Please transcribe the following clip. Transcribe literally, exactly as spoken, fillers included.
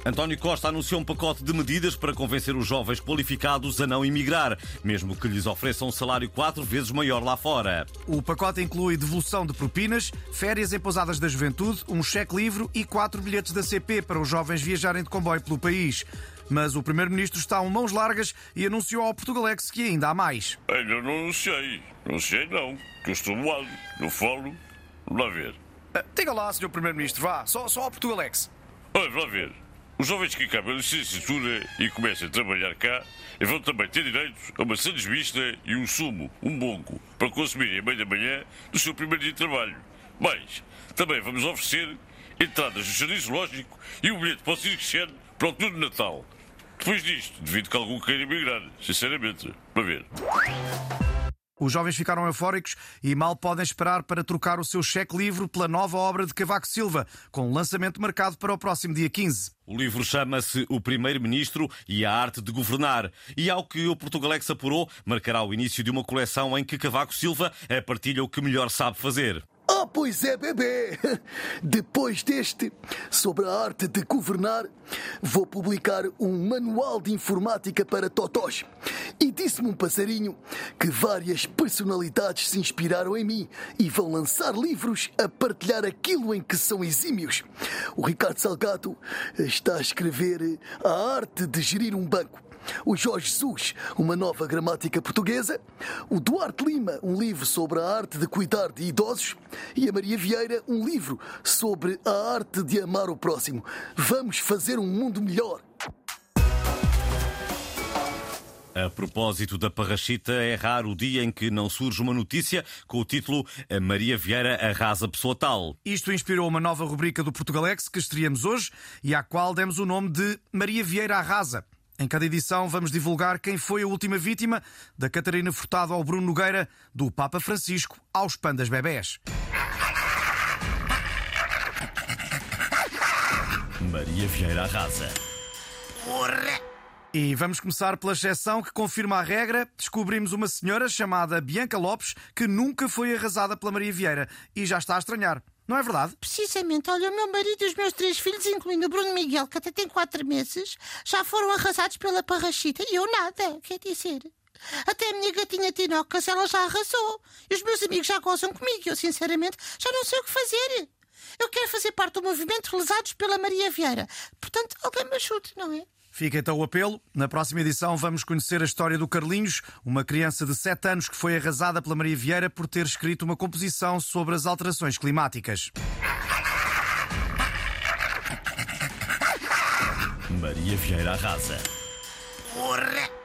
António Costa anunciou um pacote de medidas para convencer os jovens qualificados a não emigrar, mesmo que lhes ofereçam um salário quatro vezes maior lá fora. O pacote inclui devolução de propinas, férias em pousadas da juventude, um cheque livre e quatro bilhetes da C P para os jovens viajarem de comboio pelo país. Mas o Primeiro-Ministro está a mãos largas e anunciou ao Portugalex que ainda há mais. Ainda não anunciei. Não sei não, que eu estou moado. Não falo. Vamos lá ver. Uh, diga lá, senhor Primeiro-Ministro, vá, só, só ao Portugalex. Olha, vamos lá ver. Os jovens que acabam a licenciatura e começam a trabalhar cá vão também ter direito a uma sandes mista e um sumo, um bongo, para consumirem a meia da manhã do seu primeiro dia de trabalho. Mas também vamos oferecer entradas no Jardim Zoológico e um bilhete para o Circo Xene para o turno de Natal. Depois disto, devido que algum queira emigrar, sinceramente, para ver. Os jovens ficaram eufóricos e mal podem esperar para trocar o seu cheque livre pela nova obra de Cavaco Silva, com lançamento marcado para o próximo dia quinze. O livro chama-se O Primeiro-Ministro e a Arte de Governar e, ao que o Portugalex apurou, marcará o início de uma coleção em que Cavaco Silva partilha o que melhor sabe fazer. Ah, pois é, bebê! Depois deste, sobre a arte de governar, vou publicar um manual de informática para totós. E disse-me um passarinho que várias personalidades se inspiraram em mim e vão lançar livros a partilhar aquilo em que são exímios. O Ricardo Salgado está a escrever A Arte de Gerir um Banco. O Jorge Jesus, uma nova gramática portuguesa. O Duarte Lima, um livro sobre a arte de cuidar de idosos. E a Maria Vieira, um livro sobre a arte de amar o próximo. Vamos fazer um mundo melhor. A propósito da parrachita, é raro o dia em que não surge uma notícia com o título A Maria Vieira arrasa pessoa tal. Isto inspirou uma nova rubrica do Portugalex que estreamos hoje e à qual demos o nome de Maria Vieira Arrasa. Em cada edição vamos divulgar quem foi a última vítima, da Catarina Furtado ao Bruno Nogueira, do Papa Francisco aos pandas bebés. Maria Vieira arrasa. E vamos começar pela exceção que confirma a regra. Descobrimos uma senhora chamada Bianca Lopes que nunca foi arrasada pela Maria Vieira e já está a estranhar. Não é verdade? Precisamente, olha, o meu marido e os meus três filhos, incluindo o Bruno Miguel, que até tem quatro meses, já foram arrasados pela parrachita e eu nada, quer dizer. Até a minha gatinha Tinocas, ela já arrasou. E os meus amigos já gozam comigo. Eu, sinceramente, já não sei o que fazer. Eu quero fazer parte do movimento Lesados pela Maria Vieira. Portanto, alguém me ajude, não é? Fica então o apelo. Na próxima edição vamos conhecer a história do Carlinhos, uma criança de sete anos que foi arrasada pela Maria Vieira por ter escrito uma composição sobre as alterações climáticas. Maria Vieira arrasa. Porra!